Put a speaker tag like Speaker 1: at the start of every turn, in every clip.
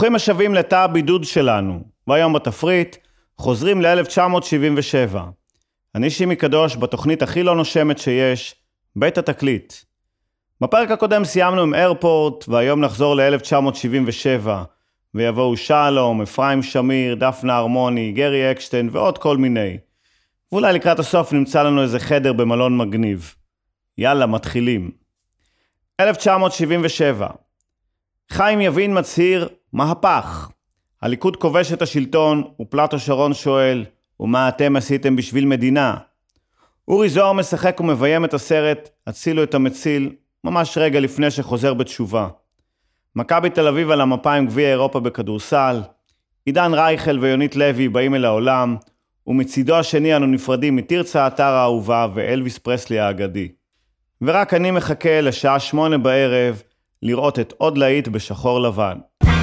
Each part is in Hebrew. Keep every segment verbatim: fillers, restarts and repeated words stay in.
Speaker 1: ברוכים השבים לתא הבידוד שלנו, והיום בתפריט חוזרים ל-אלף תשע מאות שבעים ושבע. אני שימי קדוש בתוכנית הכי לא נושמת שיש, בית התקליט. בפרק הקודם סיימנו עם איירפורט, והיום נחזור ל-אלף תשע מאות שבעים ושבע, ויבואו שלום, אפרים שמיר, דפנה הרמוני, גרי אקשטיין ועוד כל מיני. ואולי לקראת הסוף נמצא לנו איזה חדר במלון מגניב. יאללה, מתחילים. אלף תשע מאות שבעים ושבע. חיים יבין מצהיר, מהפך. הליכוד כובש את השלטון, ופלטו שרון שואל, ומה אתם עשיתם בשביל מדינה? אורי זוהר משחק ומביים את הסרט, הצילו את המציל, ממש רגע לפני שחוזר בתשובה. מכבי תל אביב על המפה עם גביע אירופה בכדורסל, עידן רייכל ויונית לוי באים אל העולם, ומצידו השני אנו נפרדים מתרצה האתר האהובה ואלוויס פרסלי האגדי. ורק אני מחכה לשעה שמונה בערב, לראות את עוד להיט בשחור לבן.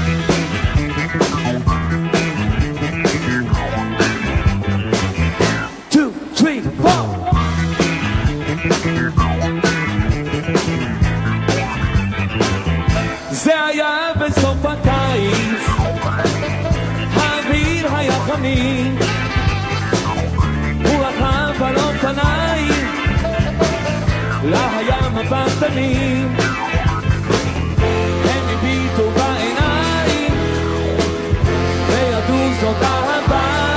Speaker 2: two, three, four. זה היה בסוף הקיץ, האוויר היה חמים, הוא רכב על אופניים, לה היה מבט תמים, הם הביטו בעיניים, וידעו זאת אהבה,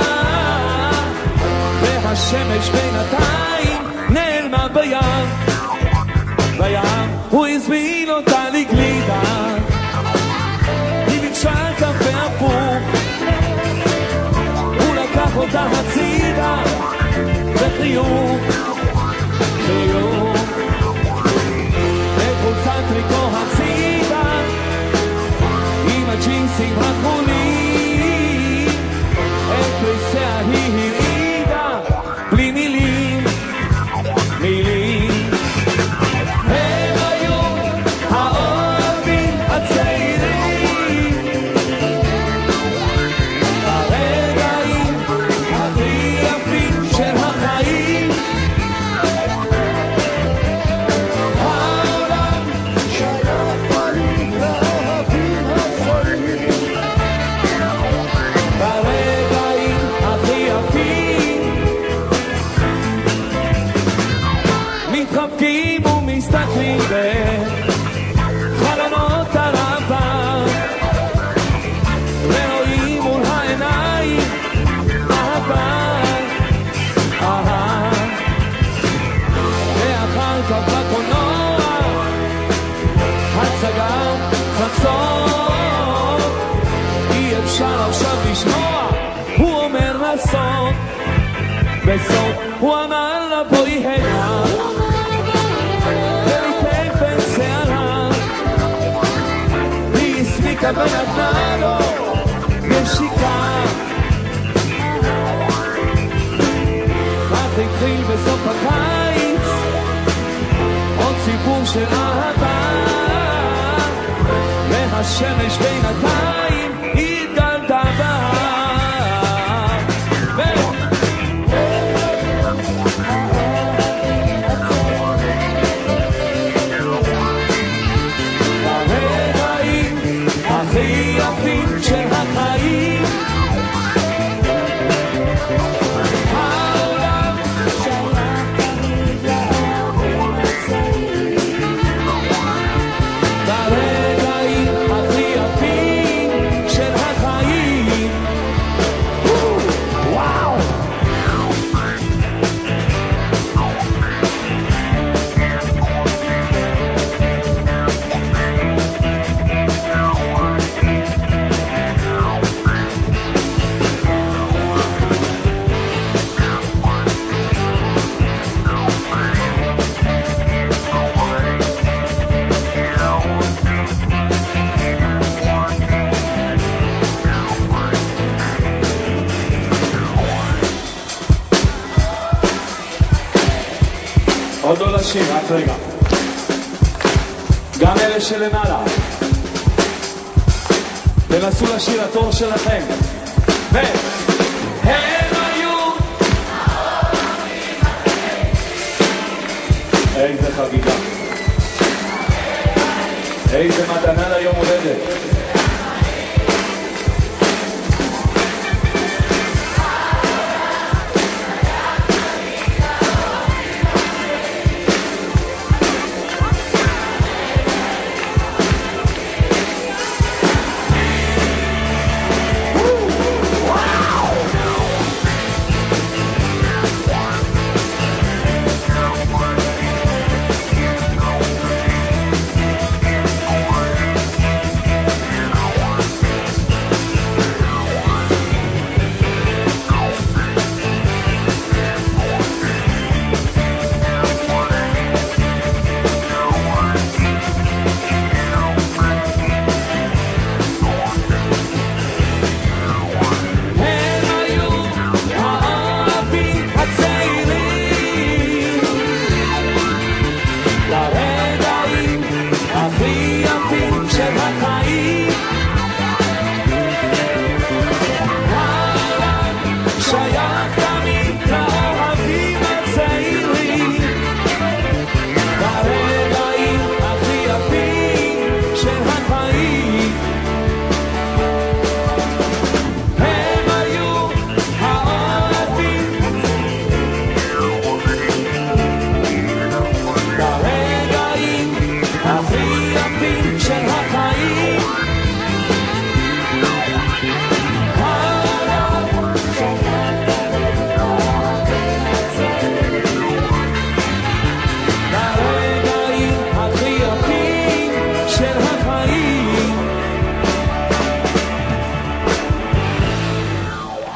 Speaker 2: והשמש בינתיים נעלמה בים, בים הוא הזמין אותה לגלידה, היא ביקשה קפה הפוך, הוא לקח אותה הצידה, וחיוך, חיוך, וחולצת טריקו הצידה, עם הג'ינסים הכחולים, את פריסיה היא הרעידה, בלי מילים, מילים. הם היו האוהבים הצעירים, הרגעים הכי יפים של החיים, העולם שלח לי לאוהבים הצעירים, ברגעים הכי יפים מתחבקים ומסתכלים בחלונות הרבה, ורואים מול העיניים אהבה, אהה, ואחר כך בקולנוע הצגה חצות, אי אפשר עכשיו לשמוע, הוא אומר לסוף, בסוף הוא אמר לה בואי הנה, וליטף בין שערה, היא הסמיקה ונתנה לו נשיקה, כך התחיל בסוף הקיץ עוד סיפור של אהבה, והשמש בינתיים התגלתה בה. הכי יפים של החיים, העולם שלח תמיד לאוהבים הצעירים, ברגעים הכי יפים של החיים. וואו! עוד לא לשיר, רק רגע. גם אלה שלמעלה, תנסו לשיר התור שלכם. והם היו איזה חגיגה, איזה מתנה ליום הולדת.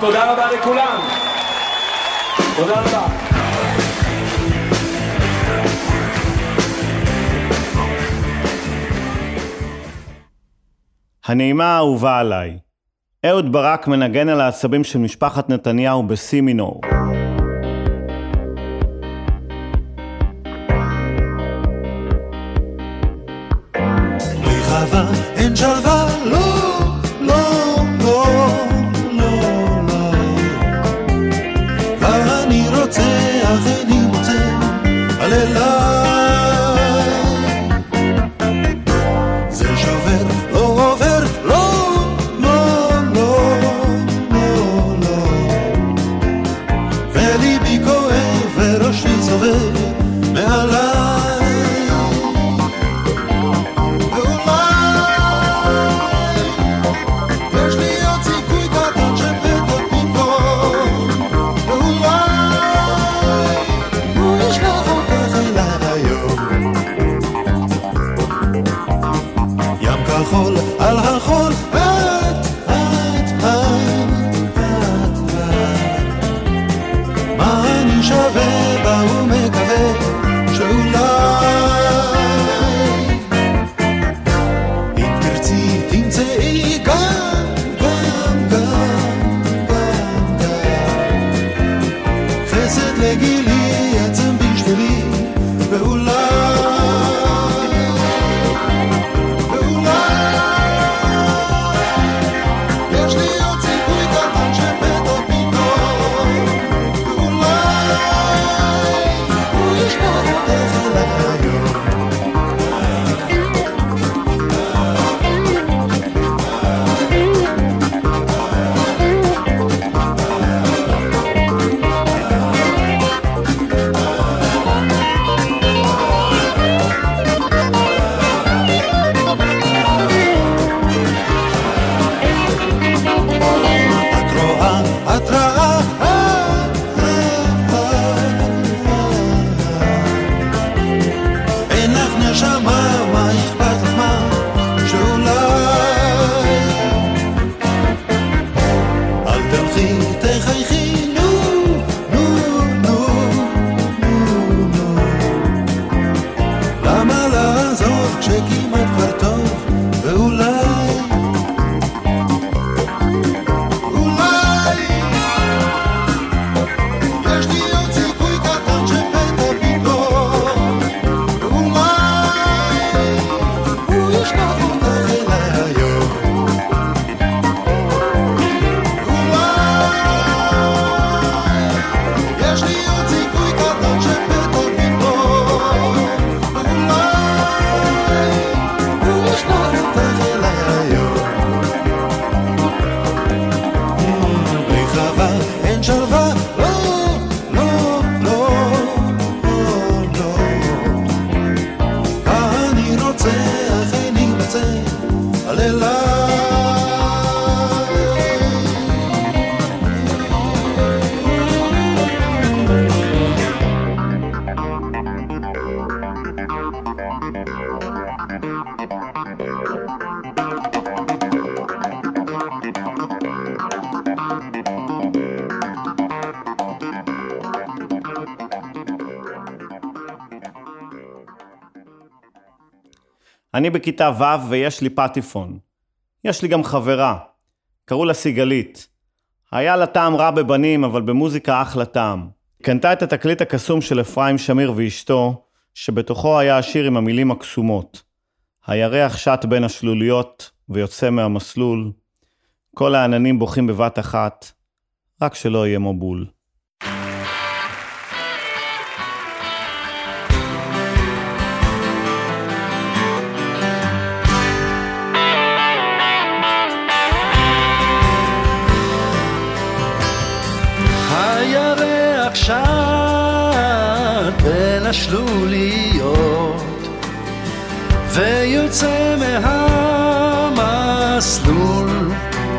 Speaker 2: תודה רבה לכולם. תודה רבה.
Speaker 1: הנעימה האהובה עליי. אהוד ברק מנגן על העצבים של משפחת נתניהו בסי מינור.
Speaker 3: בלי חווה אין שלווה, לא, לא, לא, לא, לא. ואני רוצה, אך איני מוצא, על אליי. זה שובר, לא עובר, לא, לא, לא, לא, לא. וליבי כואב וראשי סובב מעליי. על החול, את, את, את, את, את. מה אני שווה בה ומקווה שאולי אם תרצי תמצאי גם, גם, גם, גם, גם חסד לגילי עצם בשבילי ואולי
Speaker 1: אני בכיתה ו' ויש לי פטיפון. יש לי גם חברה. קראו לה סיגלית. היה לה טעם רע בבנים, אבל במוזיקה אחלה טעם. קנתה את התקליט הקסום של אפרים שמיר ואשתו, שבתוכו היה השיר עם המילים הקסומות. הירח שט בין השלוליות ויוצא מהמסלול. כל העננים בוכים בבת אחת, רק שלא יהיה מבול.
Speaker 4: הירח שט בין השלוליות ויוצא מהמסלול,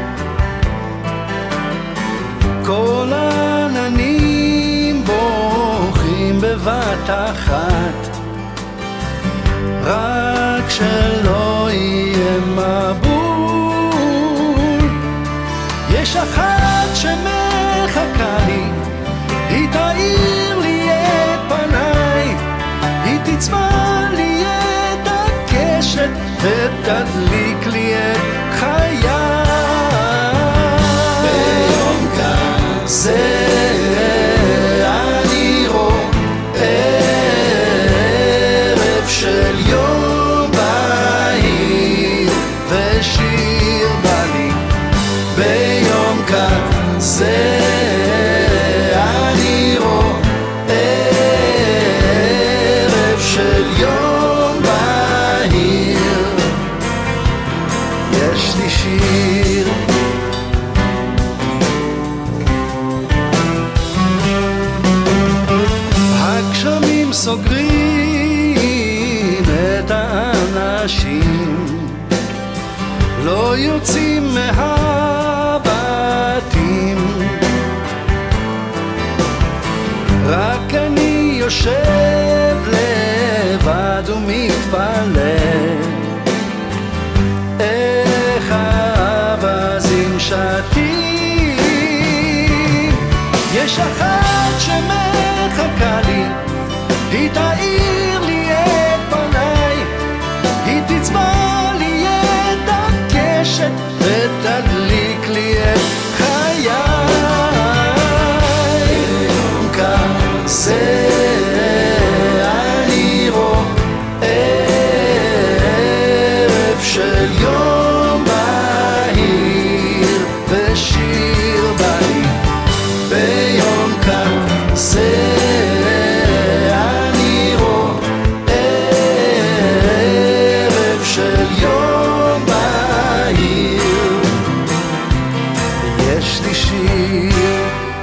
Speaker 4: כל העננים בוכים בבת אחת, רק שלא יהיה מבול. יש אחת שמ... ותדליק לי את חיי.
Speaker 3: ביום כזה אני רואה ערב של יום בהיר
Speaker 4: ושיר בא לי.
Speaker 3: ביום כזה אני רואה ערב של יום בהיר.
Speaker 4: יש לי שיר הגשמים סוגרים את האנשים, לא יוצאים מהבתים, רק אני יושב לבד ומתפלל איך האווזים שתים. יש אחת שמחכה לי, היא תאיר לי את פניי, היא תצבע לי את הקשת ותדליק לי את חיי.
Speaker 3: ביום כזה אני רואה ערב של יום בהיר
Speaker 4: ושיר בא לי.
Speaker 3: ביום כזה אני רואה ערב של יום בהיר.
Speaker 4: יש לי שיר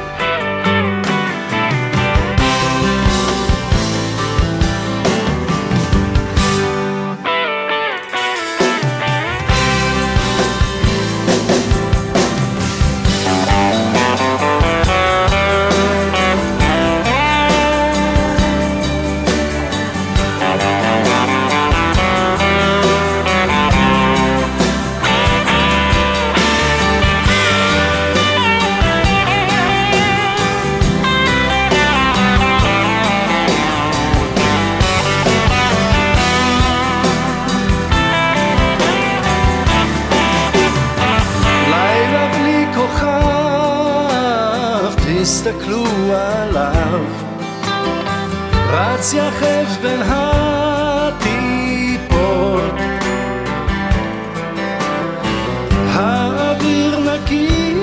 Speaker 4: תסתכלו עליו, רץ יחף בין הטיפות, האוויר נקי,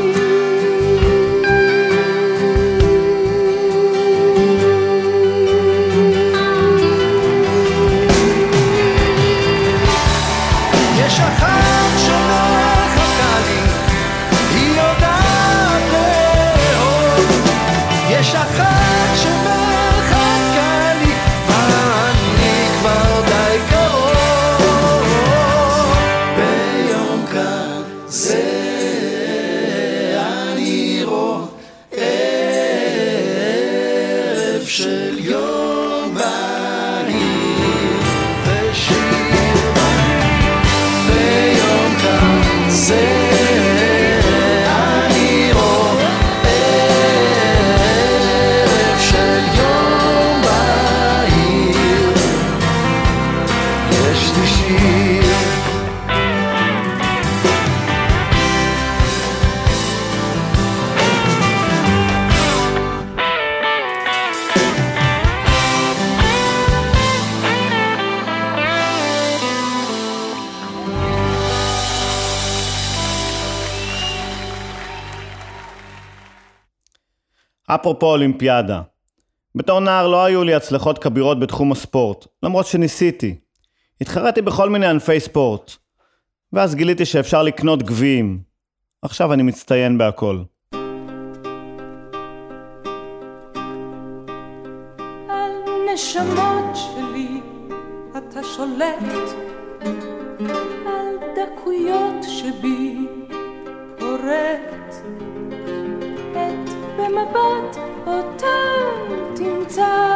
Speaker 4: יש אחת שמחכה לי, היא יודעת לאהוב. יש אחת שמחכה לי, אני כבר די קרוב.
Speaker 3: ביום כזה אני רואה ערב של יום בהיר
Speaker 4: ושיר בא לי.
Speaker 3: ביום כזה אני רואה ערב של יום בהיר.
Speaker 4: יש לי שיר
Speaker 1: אפרופו אולימפיאדה. בתור נער לא היו לי הצלחות כבירות בתחום הספורט, למרות שניסיתי. התחרתי בכל מיני ענפי ספורט, ואז גיליתי שאפשר לקנות גביעים. עכשיו אני מצטיין בהכל.
Speaker 5: על נשמות שלי אתה שולט, על דקויות שבי פורט, את במבט אותם תמצא,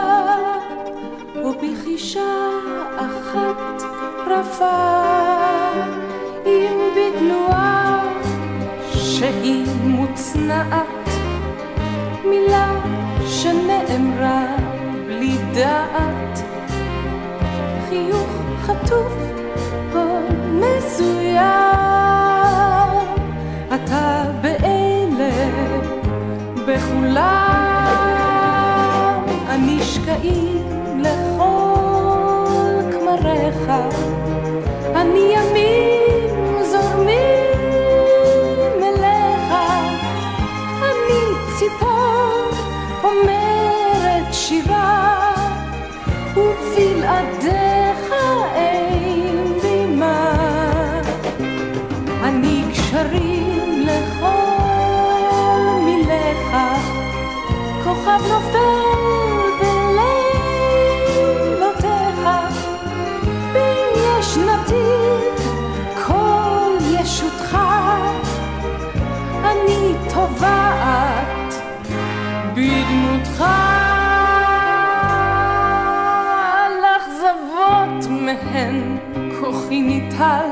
Speaker 5: ובחישה אחת רפה, אם בתנועה שהיא מוצנעת, מילה שנאמרה בלי דעת, חיוך חטוף או מזוין, אתה באלה, בכולם הנשקעים לכל כמריך, אני ימים זורמים אליך, אני ציפור אומרת שירה, ובלעדיך אין לי מה, אני קשרים לכל מילך, כוכב נופל בלילותיך, בין יש נתיב כל ישותך, אני טובעת בדמותך, לאכזבות מהן כוחי ניטל,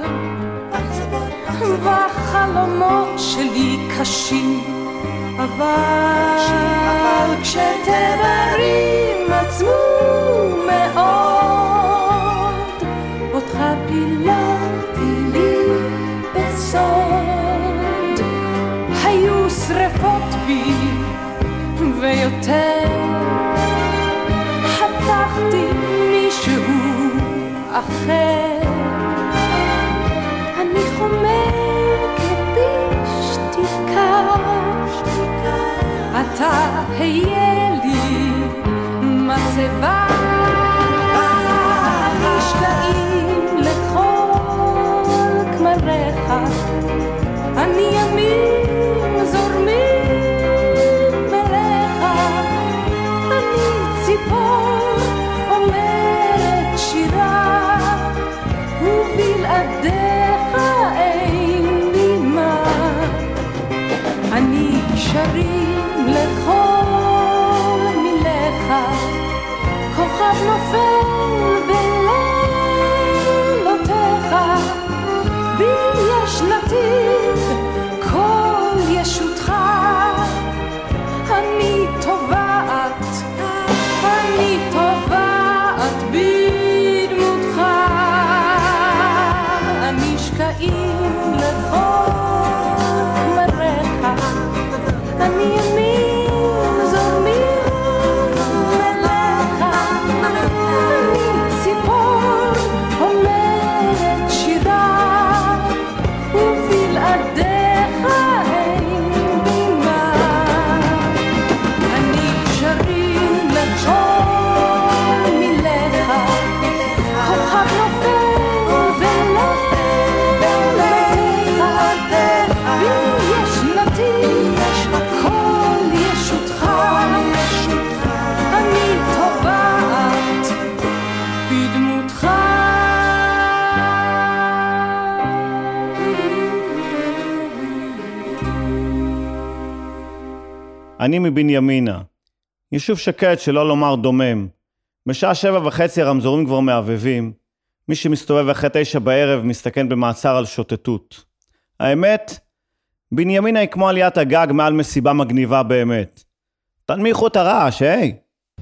Speaker 5: והחלומות שלי קשים, אבל כשתדרים עצמו מאוד, אותך פיללתי לי בסוד, היו שרפות בי ויותר, הפכתי מישהו אחר, אני חומקת בשתיקה, אתה היה לי מצבה, נשקעים לכל כמריך, אני ימים זורמים אליך, אני ציפור אומרת שירה, ובלעדיך אין לי מה, אני קשרים לכל מילך, כוכב נופל בלילותיך, בי יש נתיב כל ישותך, אני טובעת, אני טובעת בדמותך, הנשקעים לכל כמריך, אני ימים זורמים אליך, אני ציפור אומרת שירה, ובלעדיך אין בי מה, אני קשרים לכל מילך, כוכב נופל בלילותיך, בי יש נתיב כל ישותך, אני טובעת בדמותך.
Speaker 1: אני מבנימינה, יישוב שקט שלא לומר דומם. בשעה שבע וחצי הרמזורים כבר מעבבים. מי שמסתובב אחרי תשע בערב מסתכן במעצר על שוטטות. האמת, בנימינה היא כמו עליית הגג מעל מסיבה מגניבה באמת. תנמיכו את הרעש, היי!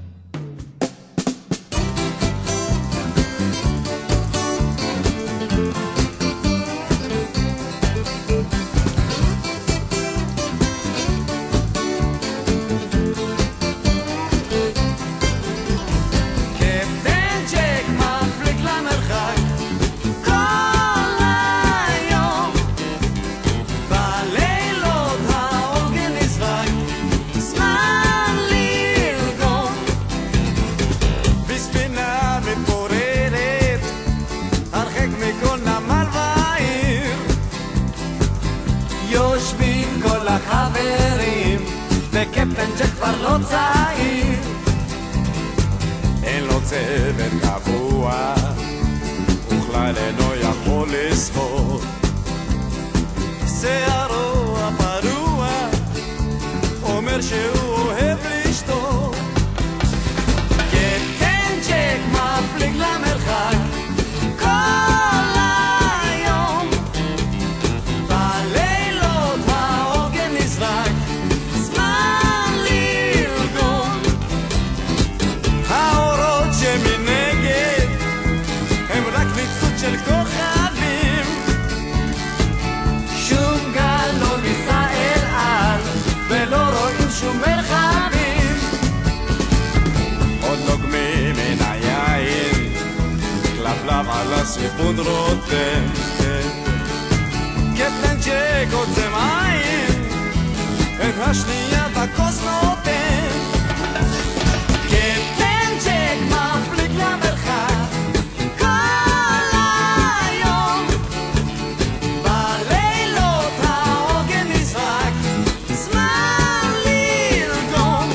Speaker 3: קפטן שכבר לא צעיר, אין לו צוות קבוע, וכלל אינו יכול לסחור, שערו הפרוע אומר שהוא אוהב לשתות, קפטן צ'ק מפליג למרחק כל היום, בלילות העוגן נזרק, שמנגד הם רק ניצוץ של כוכבים, הסיפון רותם, קפטן ג'ק עוצם עין, את השנייה בכוס נותן. קפטן ג'ק מפליג למרחק כל היום, בלילות העוגן נזרק, זמן לרגום.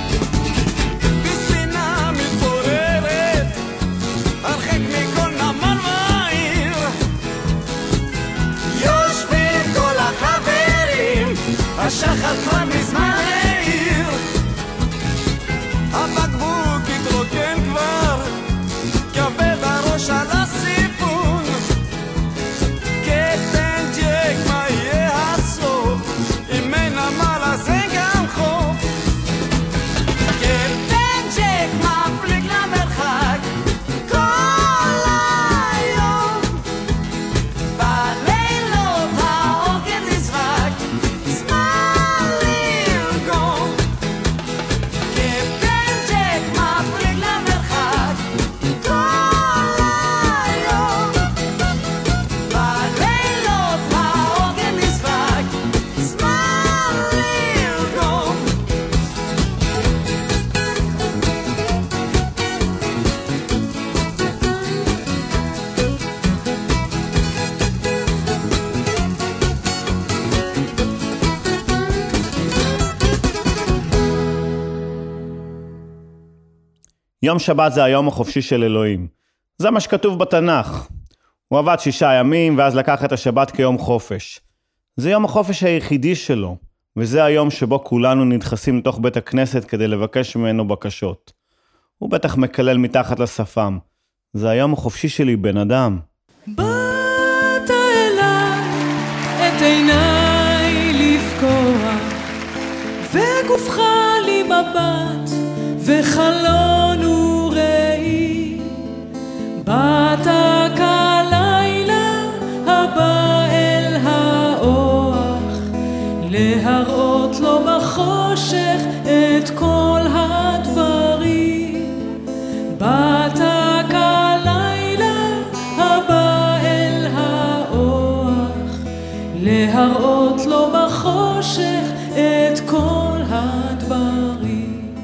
Speaker 3: בספינה מתפוררת, הרחק מכל נמל מהיר, יושבים כל החברים, השחר כבר מזמן העיר. הבקבוק התרוקן כבר, כבד הראש על הסיפון. קפטן ג'ק, מה יהיה הסוף, אם אין נמל אז אין גם חוף. קפטן ג'ק מפליג למרחק כל היום, בלילות העוגן נזרק, זמן לרגום. קפטן ג'ק מפליג למרחק כל היום, בלילות העוגן נזרק, זמן לרגום.
Speaker 1: יום שבת זה היום החופשי של אלוהים. זה מה שכתוב בתנ"ך. הוא עבד שישה ימים ואז לקח את השבת כיום חופש. זה יום החופש היחידי שלו, וזה היום שבו כולנו נדחסים לתוך בית הכנסת כדי לבקש ממנו בקשות. הוא בטח מקלל מתחת לשפם. זה היום החופשי שלי, בן אדם.
Speaker 5: באת אליי את עיניי לפקוח, וגופך לי מבט וחלון וראי. באת כלילה הבא אל האוח, להראות לו בחושך את כל הדברים. באת כלילה הבא אל האוח, להראות לו בחושך את כל הדברים.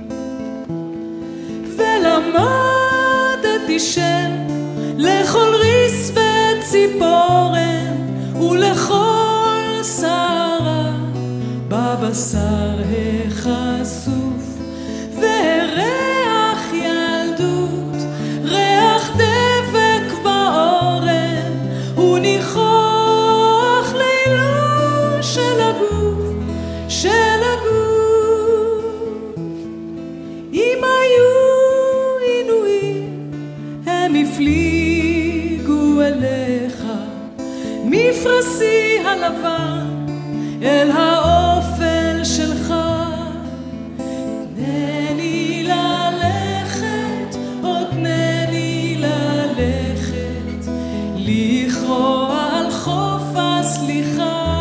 Speaker 5: ולמדתי שם לכל ריס וציפורן ולכל שערה בבשר החשוף, וריח ילדות, ריח דבק ואורן, וניחוח לילו של הגוף, של הגוף. אם היו עינויים הם הפליגו אליך, מפרסי הלבן אל האופל שלך. תנני ללכת, עוד תנני ללכת, לכרוע על חוף הסליחה.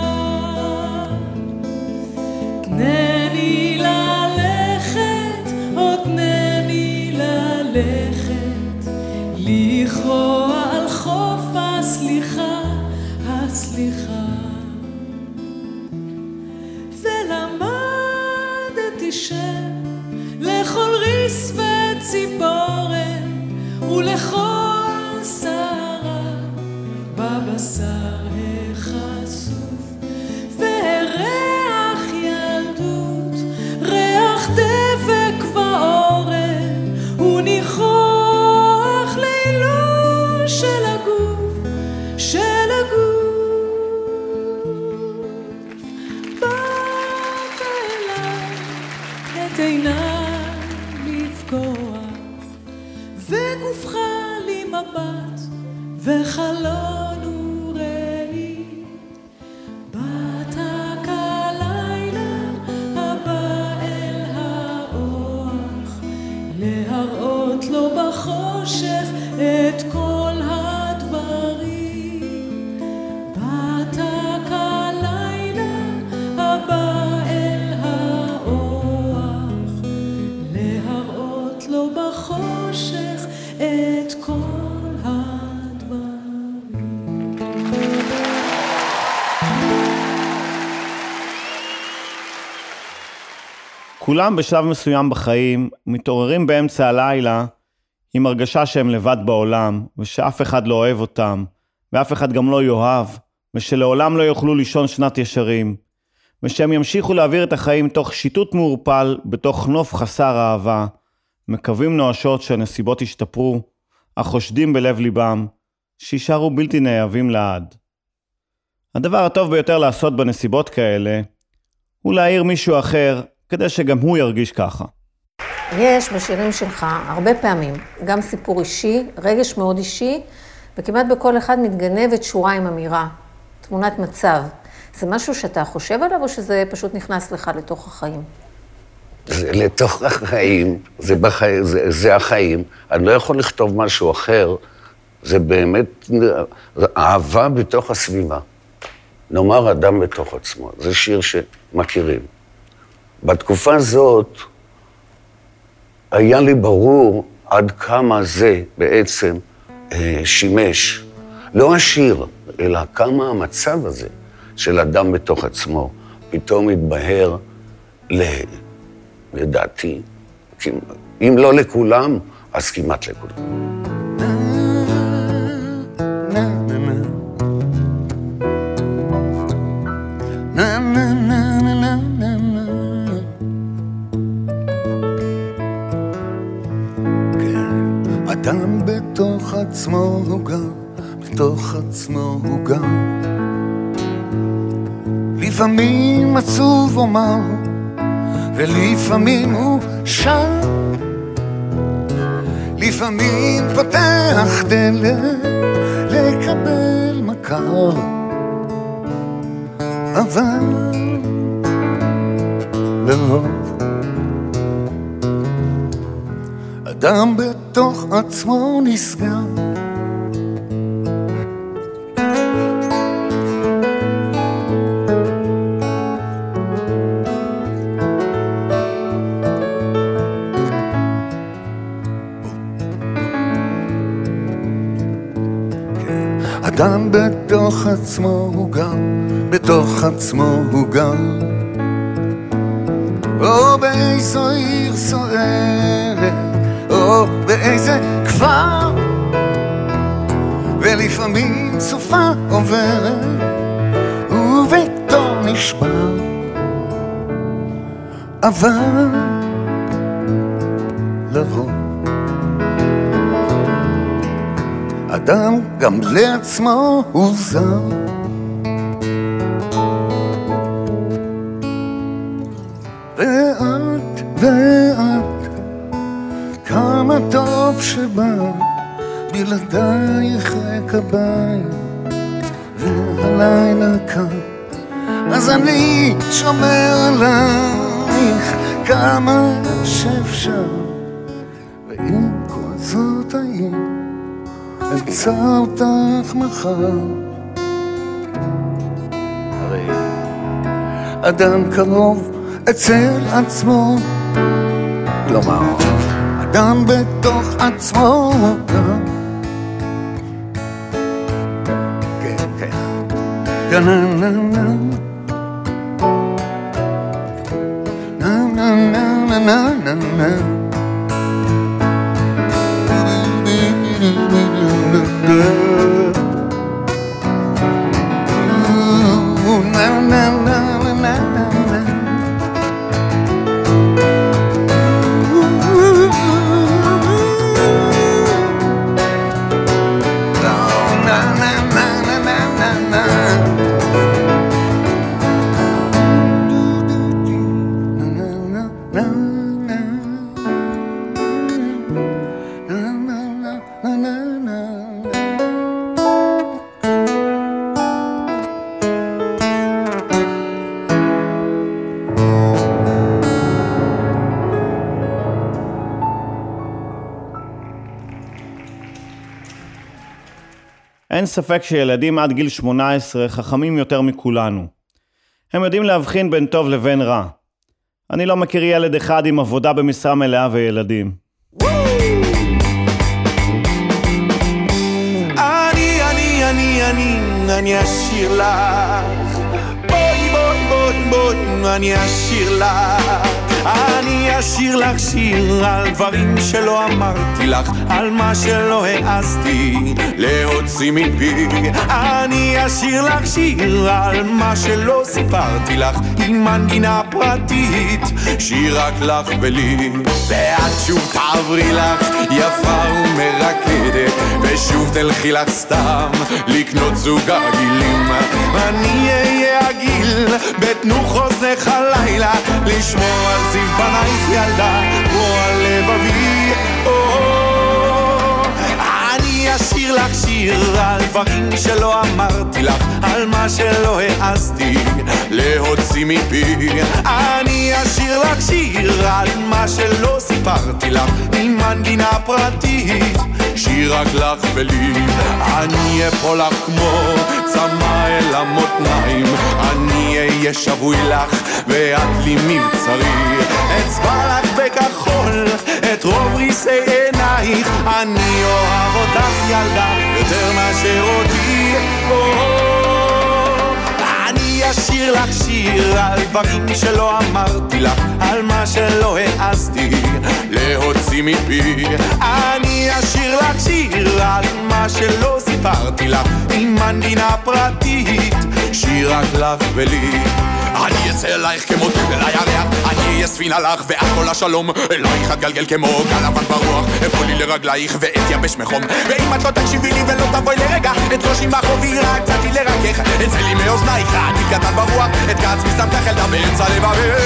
Speaker 5: תנני ללכת, עוד תנני ללכת, לכרוע על חוף הסליחה, הסליחה. ולמדתי שם לכל ריס וציפורן ולכל שערה בבשר החשוף, וריח ילדות, ריח דבק ואורן, וניחוח לילו של הגוף, של הגוף. באת אליי את עיניי לפקוח, וגופך לי מבט וחלון וראי. באת כלילה הבא אל האוח, להראות לו בחושך את כל הדברים. באת כלילה הבא אל האוח, להראות לו בחושך את כל הדברים.
Speaker 1: כולם בשלב מסוים בחיים מתעוררים באמצע הלילה עם הרגשה שהם לבד בעולם, ושאף אחד לא אוהב אותם, ואף אחד גם לא יאהב, ושלעולם לא יוכלו לישון שנת ישרים, ושהם ימשיכו להעביר את החיים תוך שיטוט מעורפל, בתוך נוף חסר אהבה, מקווים נואשות שהנסיבות ישתפרו, אך חושדים בלב ליבם, שישארו בלתי נאהבים לעד. הדבר הטוב ביותר לעשות בנסיבות כאלה, הוא להעיר מישהו אחר, כדי שגם הוא ירגיש ככה.
Speaker 6: יש בשירים שלך הרבה פעמים, גם סיפור אישי, רגש מאוד אישי, וכמעט בכל אחד מתגנבת שורה עם אמירה, תמונת מצב. זה משהו שאתה חושב עליו, או שזה פשוט נכנס לך לתוך החיים?
Speaker 7: זה לתוך החיים, זה, בחיים, זה, זה החיים. אני לא יכול לכתוב משהו אחר, זה באמת זה אהבה בתוך הסביבה. נאמר אדם בתוך עצמו, זה שיר שמכירים. בתקופה הזאת, היה לי ברור עד כמה זה בעצם אה, שימש. לא השיר, אלא כמה המצב הזה של אדם בתוך עצמו פתאום מתבהר ל... לדעתי, אם לא לכולם, אז כמעט לכולם.
Speaker 4: אדם בתוך עצמו הוא גר, בתוך עצמו הוא גר. לפעמים עצוב אומר, ולפעמים הוא שר. לפעמים פותח דלת לקבל מכר. אבל לאהוב אדם בתוך עצמו נסגר. אדם בתוך עצמו הוא גר, בתוך עצמו הוא גר. או באיזו עיר סוערת, או באיזה כפר, ולפעמים סופה עוברת, וביתו נשבר. אבל לרוב אדם גם לעצמו הוא זר. ואת, ואת, כמה טוב שבא בלעדייך ריק הבית, והלילה כאן, אז אני שומר עלייך כמה שאפשר. ועם כל זאת האם אמצא אותך מחר. הרי אדם קרוב אצל עצמו, כלומר אדם בתוך עצמו גם. כן, כן. נה נה נה נה נה נה נה נה נה
Speaker 1: אין ספק שילדים עד גיל שמונה עשרה חכמים יותר מכולנו. הם יודעים להבחין בין טוב לבין רע. אני לא מכיר ילד אחד עם עבודה במשרה מלאה וילדים.
Speaker 3: אני, אני, אני, אני, אני אשיר לך. בואי, בואי, בואי, בואי, אני אשיר לך. אשיר לך שיר על דברים שלא אמרתי לך, על מה שלא העזתי להוציא מפי. אני אשיר לך שיר על מה שלא סיפרתי לך, עם מנגינה פרטית, שיר רק לך ולי. ואת שוב תעברי לך יפה ומרקדת, ושוב תלכי לך סתם לקנות זוג הגילים. אני אהיה הגיל בתנוך אוזנך הלילה, לשמור על זיו פנייך ילדה כמו על לבבי. אני אשיר לך שיר על דברים שלא אמרתי לך, על מה שלא העזתי להוציא מפי. אני אשיר לך שיר על מה שלא סיפרתי לך, עם מנגינה פרטית, שיר רק לך ולי. אני אפול לך כמו צמא אל המותניים, אני אהיה שבוי לך ואת לי מבצרי. אצבע לך בכחול את רוב ריסי עינייך, אני אוהב אותך ילדה יותר מאשר אותי. אני אשיר לך שיר על דברים שלא אמרתי לך, על מה שלא העזתי להוציא מפי. אני אשיר לך שיר על מה שלא סיפרתי לך, עם מנגינה פרטית, שיר רק לך ולי. אני אצא אלייך כמו טיל אל הירח, אני אהיה ספינה לך ואת כל השלום, אלייך אתגלגל כמו גל לבן ברוח, אפול לי לרגלייך ואתייבש מחום. ואם את לא תקשיבי לי ולא תבואי לרגע, את ראשי מחובי רק קצתי לרכך, אצא לי מאוזנייך אני קטן ברוח, את כעצמי שם כך ילדה באמצע לבבר.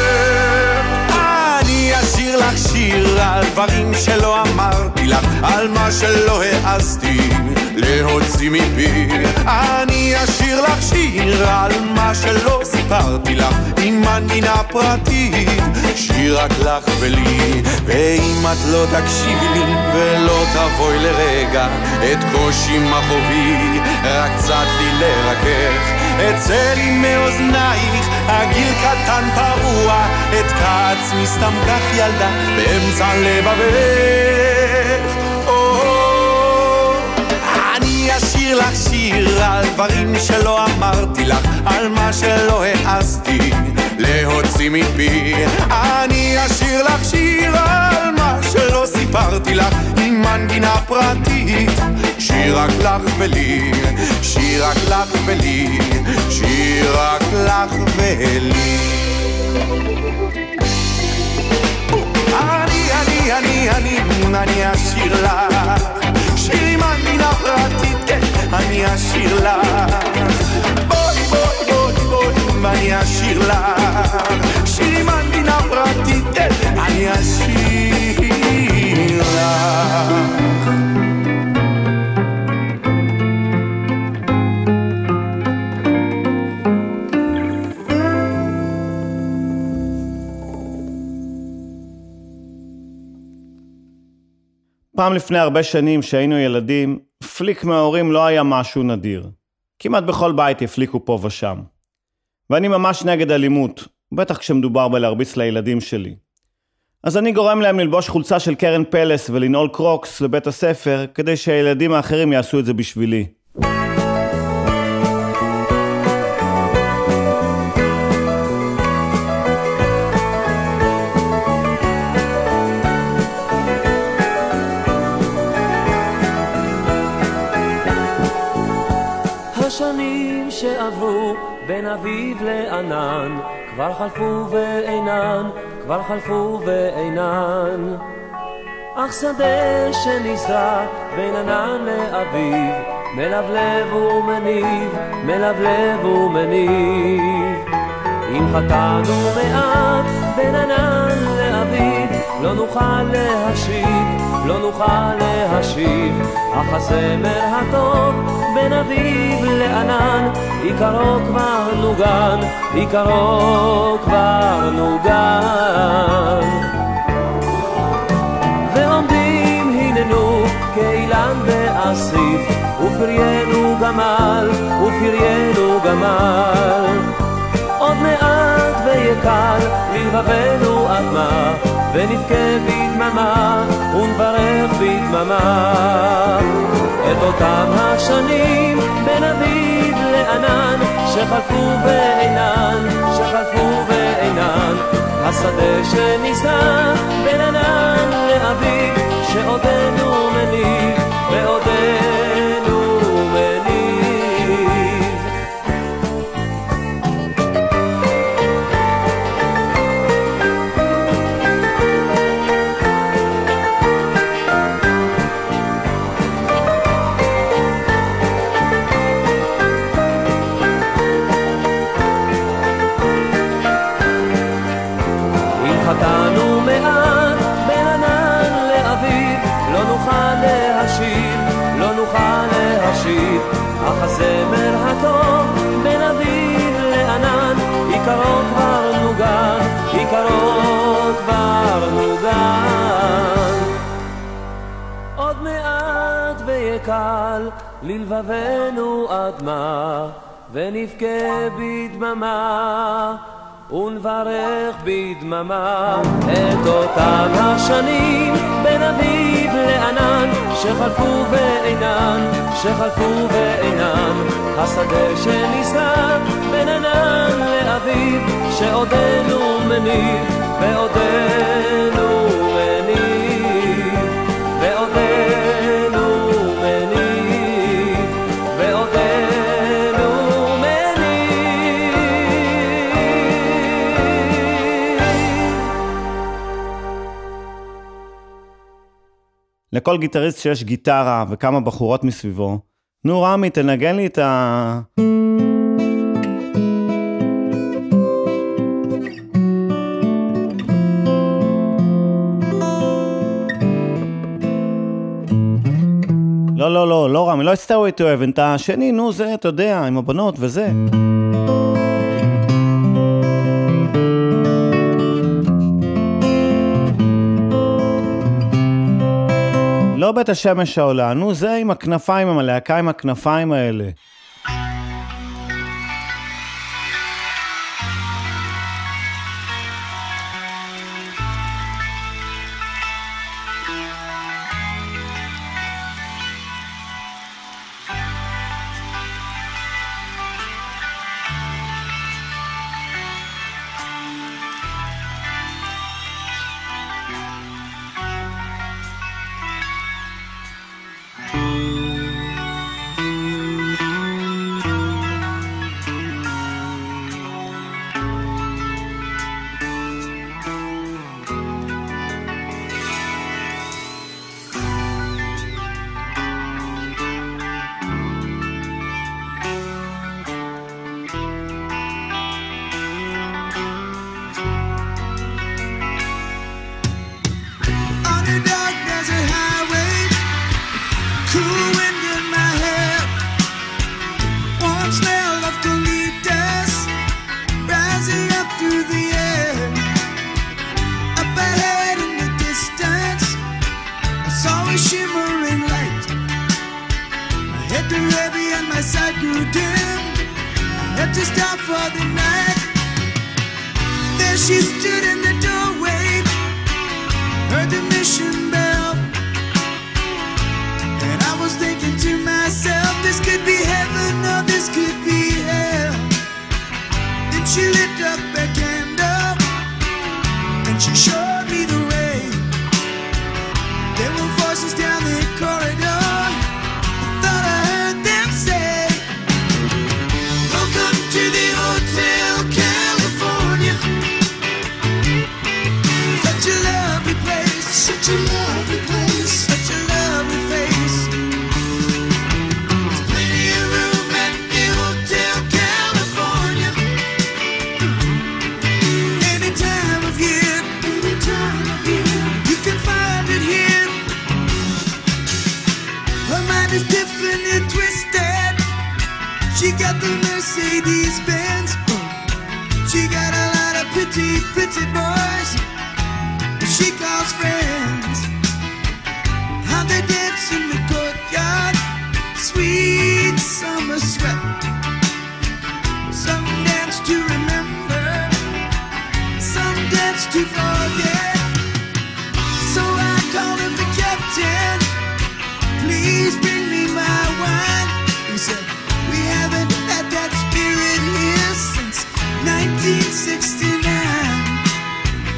Speaker 3: אני אשיר לך שיר על דברים שלא אמרתי לך, על מה שלא העזתי להוציא מפי. אני אשיר לך שיר על מה שלא סיפרתי לך, עם מנגינה פרטית, שיר רק לך ולי. ואם את לא תקשיבי לי ולא תבואי לרגע, את קושי מחובי רק קצת לי לרכך, אצא לי מאוזנייך הגיל קטן פרוע, את כעצמי סתם כך ילדה באמצע לבבך. אני אשיר לך שיר על דברים שלא אמרתי לך, על מה שלא העזתי להוציא מפי. אני אשיר לך שיר על מה שלא סיפרתי לך, עם מנגינה פרטית, שיר רק לך ולי, שיר רק לך ולי, שיר רק לך ולי. אני, אני, אני, אני, אני אשיר לך שיר עם מנגינה פרטית, אני אשיר לך. בואי, בואי, בואי, בואי, ואני אשיר לך שיר עם מנגינה פרטית, אני אשיר לך.
Speaker 1: פעם לפני הרבה שנים שהיינו ילדים, פליק מההורים לא היה משהו נדיר. כמעט בכל בית הפליקו פה ושם. ואני ממש נגד אלימות, בטח כשמדובר בלהרביץ לילדים שלי. אז אני גורם להם ללבוש חולצה של קרן פלס ולנעול קרוקס לבית הספר, כדי שהילדים האחרים יעשו את זה בשבילי.
Speaker 8: השנים שעברו בין אביב לענן כבר חלפו ואינן, כבר חלפו ואינן. אך שדה שנזרע בין ענן לאביב, מלבלב ומניב, מלבלב ומניב. אם חטאנו מעט בין ענן לאביב, לא נוכל להשיב, לא נוכל להשיב. אך הזמר הטוב בין אביב לענן, עיקרו כבר נוגן, עיקרו כבר נוגן. ועומדים הננו כאילן באסיף, ופריינו גמל, ופריינו גמל. עוד מעט ויקל לבבנו אדמה, ונבכה בדממה ונברך בדממה. את אותם השנים בין אביב לענן, שחלפו ואינן, שחלפו ואינן. השדה שנישא בין ענן לאביב, שעודנו מניב ועודנו מניב. אם חטאנו מעט בין ענן לאביב, לא נוכל להשיב, לא נוכל להשיב, אך הזמר הטוב בין אביב לענן, עיקרו כבר נוגן, עיקרו כבר נוגן. עוד מעט ויקל ללבבנו אדמה, ונבכה בדממה ונברך בדממה את אותם השנים בין אביב לענן, שחלפו ואינן, שחלפו ואינן, השדה שנישא בין ענן לאביב, שעודנו מניב ועודנו מניב ועודנו מניב ועודנו מניב.
Speaker 1: לכל גיטריסט שיש גיטרה וכמה בחורות מסביבו, נו רמי, תנגן לי את ה... לא, לא, לא, לא רמי, לא הסתאו איתו אבן, את השני, נו זה, אתה יודע, עם הבנות וזה. לא בית השמש העולה, נו זה עם הכנפיים, עם הלהקה עם הכנפיים האלה.
Speaker 9: nineteen sixty-nine.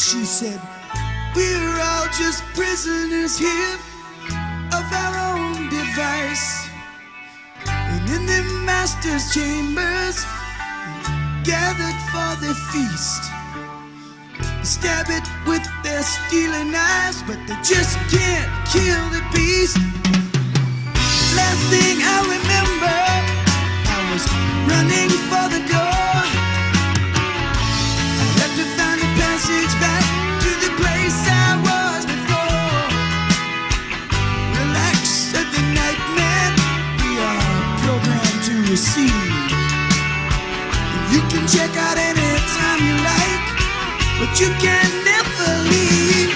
Speaker 9: she said, we're all just prisoners here of our own device. And in the master's chambers, gathered for the feast. Stab it with their stealing knives, but they just can't kill the beast. Last thing I remember, I was running for the door. I had to find a passage back to the place I was before. Relax, said the nightman, we are programmed to receive. You can check out any time you like, but you can never leave.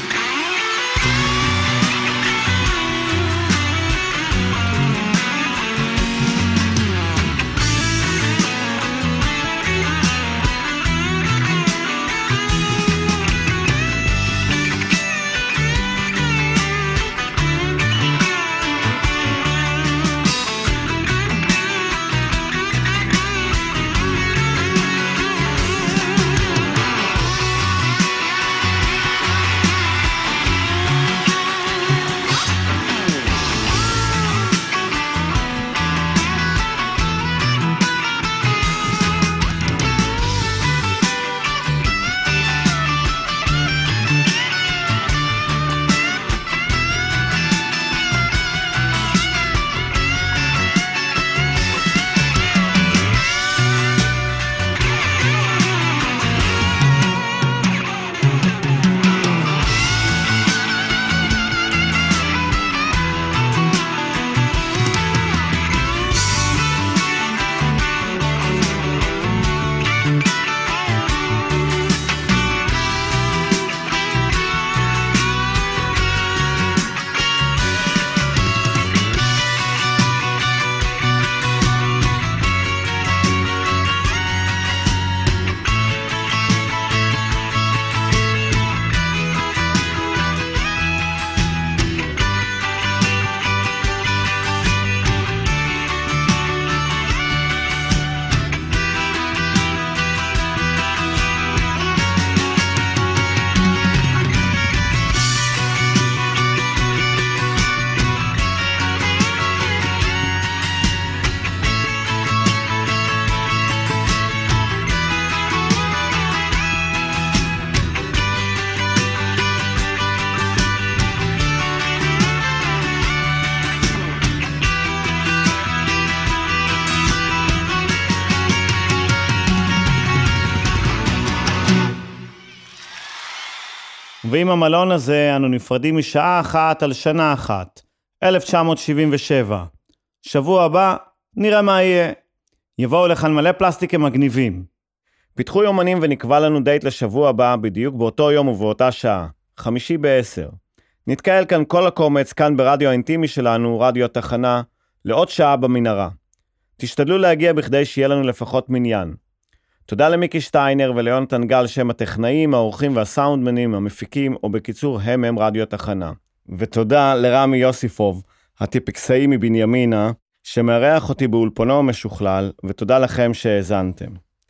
Speaker 1: ועם המלון הזה אנו נפרדים משעה אחת על שנה אחת, אלף תשע מאות שבעים ושבע. שבוע הבא נראה מה יהיה. יבואו לכאן מלא פלסטיקים מגניבים. פיתחו יומנים ונקבע לנו דייט לשבוע הבא בדיוק באותו יום ובאותה שעה, חמישי בעשר. נתקהל כאן כל הקומץ כאן ברדיו האינטימי שלנו, רדיו התחנה, לעוד שעה במנהרה. תשתדלו להגיע בכדי שיהיה לנו לפחות מניין. תודה למיקי שטיינר וליונתן גל שם הטכנאים, האורחים והסאונדמנים, המפיקים, או בקיצור הם הם רדיו התחנה. ותודה לרמי יוסיפוב, הטיפקסאי מבנימינה, שמארח אותי באולפנו המשוכלל, ותודה לכם שהאזנתם.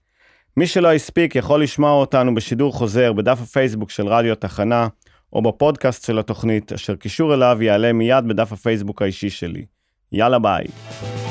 Speaker 1: מי שלא הספיק יכול לשמוע אותנו בשידור חוזר בדף הפייסבוק של רדיו התחנה, או בפודקאסט של התוכנית, אשר קישור אליו יעלה מיד בדף הפייסבוק האישי שלי. יאללה ביי.